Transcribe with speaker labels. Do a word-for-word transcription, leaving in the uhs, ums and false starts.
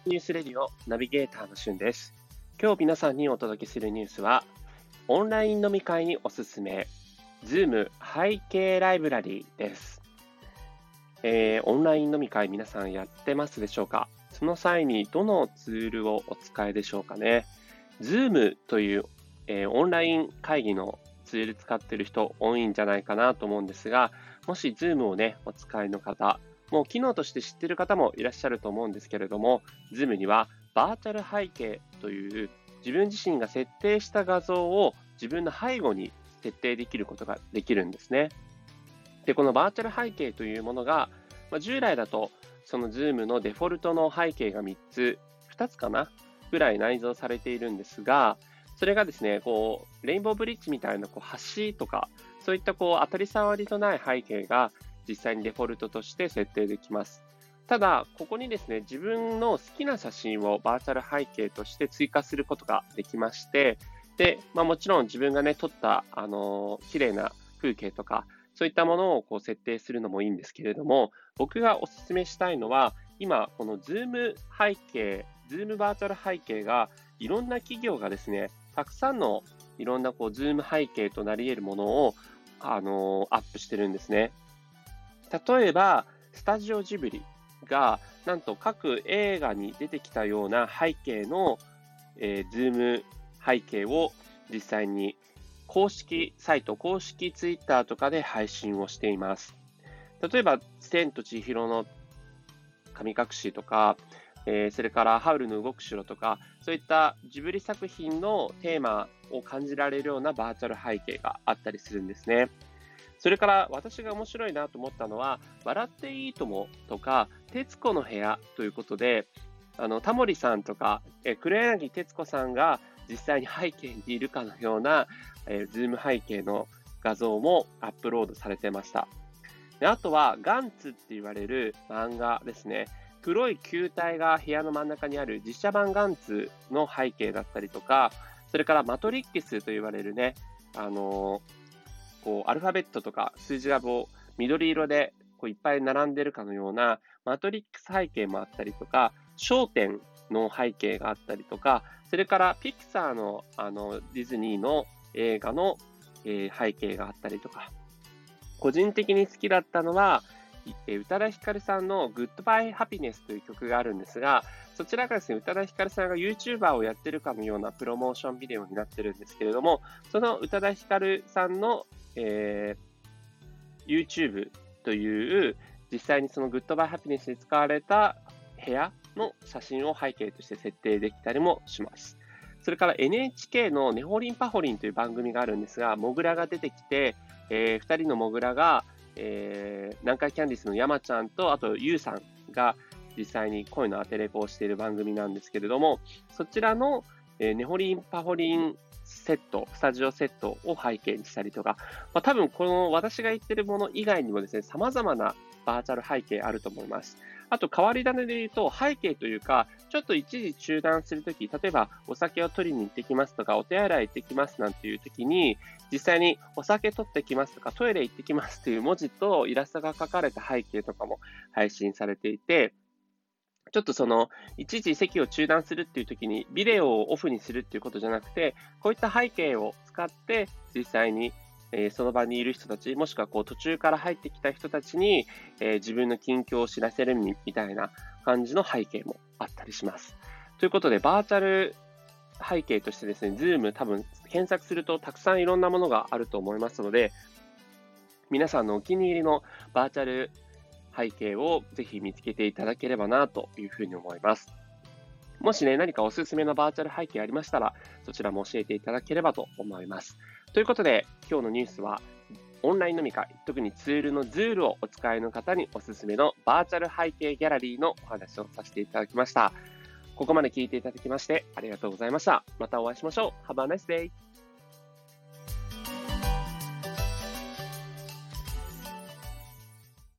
Speaker 1: ニュースレディオナビゲーターのしゅんです。今日皆さんにお届けするニュースは、オンライン飲み会におすすめ、Zoom 背景ライブラリーです。えー、オンライン飲み会皆さんやってますでしょうか？その際にどのツールをお使いでしょうかね。Zoom という、えーオンライン会議のツール使っている人多いんじゃないかなと思うんですが、もし Zoom をね、お使いの方、もう機能として知っている方もいらっしゃると思うんですけれども、Zoom にはバーチャル背景という自分自身が設定した画像を自分の背後に設定できることができるんですね。で、このバーチャル背景というものが、まあ、従来だとその Zoom のデフォルトの背景がみっつ、ふたつかなぐらい内蔵されているんですが、それがですね、こう、レインボーブリッジみたいなこう橋とか、そういったこう当たり障りのない背景が実際にデフォルトとして設定できます。ただ、ここにですね、自分の好きな写真をバーチャル背景として追加することができまして、で、まあ、もちろん自分がね、撮った、あのー綺麗な風景とか、そういったものをこう設定するのもいいんですけれども、僕がお勧めしたいのは、今、この Zoom 背景、Zoom バーチャル背景が、いろんな企業がですね、たくさんのいろんなこう Zoom 背景となり得るものを、あのアップしてるんですね。例えば、スタジオジブリが、なんと各映画に出てきたような背景の、えー、Zoom 背景を実際に公式サイト、公式ツイッターとかで配信をしています。例えば、千と千尋の神隠しとか、えーそれからハウルの動く城とか、そういったジブリ作品のテーマを感じられるようなバーチャル背景があったりするんですね。それから私が面白いなと思ったのは、笑っていいともとか、徹子の部屋ということで、あのタモリさんとか、えー黒柳徹子さんが実際に背景にいるかのような、えー、ズーム背景の画像もアップロードされてました。であとは、ガンツって言われる漫画ですね。黒い球体が部屋の真ん中にある実写版ガンツの背景だったりとか、それからマトリックスと言われるね、あのーこうアルファベットとか数字がこう緑色でこういっぱい並んでるかのようなマトリックス背景もあったりとか、焦点の背景があったりとか、それからピクサーのあのディズニーの映画の、えー背景があったりとか、個人的に好きだったのは、えー宇多田ヒカルさんの Goodbye Happiness という曲があるんですが、そちらがですね、宇多田ヒカルさんが YouTuber をやってるかのようなプロモーションビデオになってるんですけれども、その宇多田ヒカルさんの、えー YouTube という実際にその Goodbye Happiness に使われた部屋の写真を背景として設定できたりもします。それから エヌエイチケー のネホリンパホリンという番組があるんですが、モグラが出てきて、えー、ふたりのモグラが、えー、南海キャンディースの山ちゃんと、あとユウさんが実際に声の当てレコをしている番組なんですけれども、そちらの、えーネホリンパホリンセット、スタジオセットを背景にしたりとか、まあ、多分この私が言ってるもの以外にもですね、様々なバーチャル背景あると思います。あと変わり種で言うと、背景というか、ちょっと一時中断するとき、例えばお酒を取りに行ってきますとか、お手洗い行ってきますなんていうときに、実際にお酒取ってきますとか、トイレ行ってきますという文字とイラストが書かれた背景とかも配信されていて、ちょっとその、一時席を中断するっていう時に、ビデオをオフにするっていうことじゃなくて、こういった背景を使って、実際に、えーその場にいる人たち、もしくはこう途中から入ってきた人たちに、えー自分の近況を知らせるみみたいな感じの背景もあったりします。ということで、バーチャル背景としてですね、Zoom 多分検索するとたくさんいろんなものがあると思いますので、皆さんのお気に入りのバーチャル背景をぜひ見つけていただければなというふうに思います。もしね、何かおすすめのバーチャル背景ありましたら、そちらも教えていただければと思います。ということで、今日のニュースは、オンライン飲み会、特にツールの Zoom をお使いの方におすすめのバーチャル背景ギャラリーのお話をさせていただきました。ここまで聞いていただきましてありがとうございました。またお会いしましょう。Have a nice day!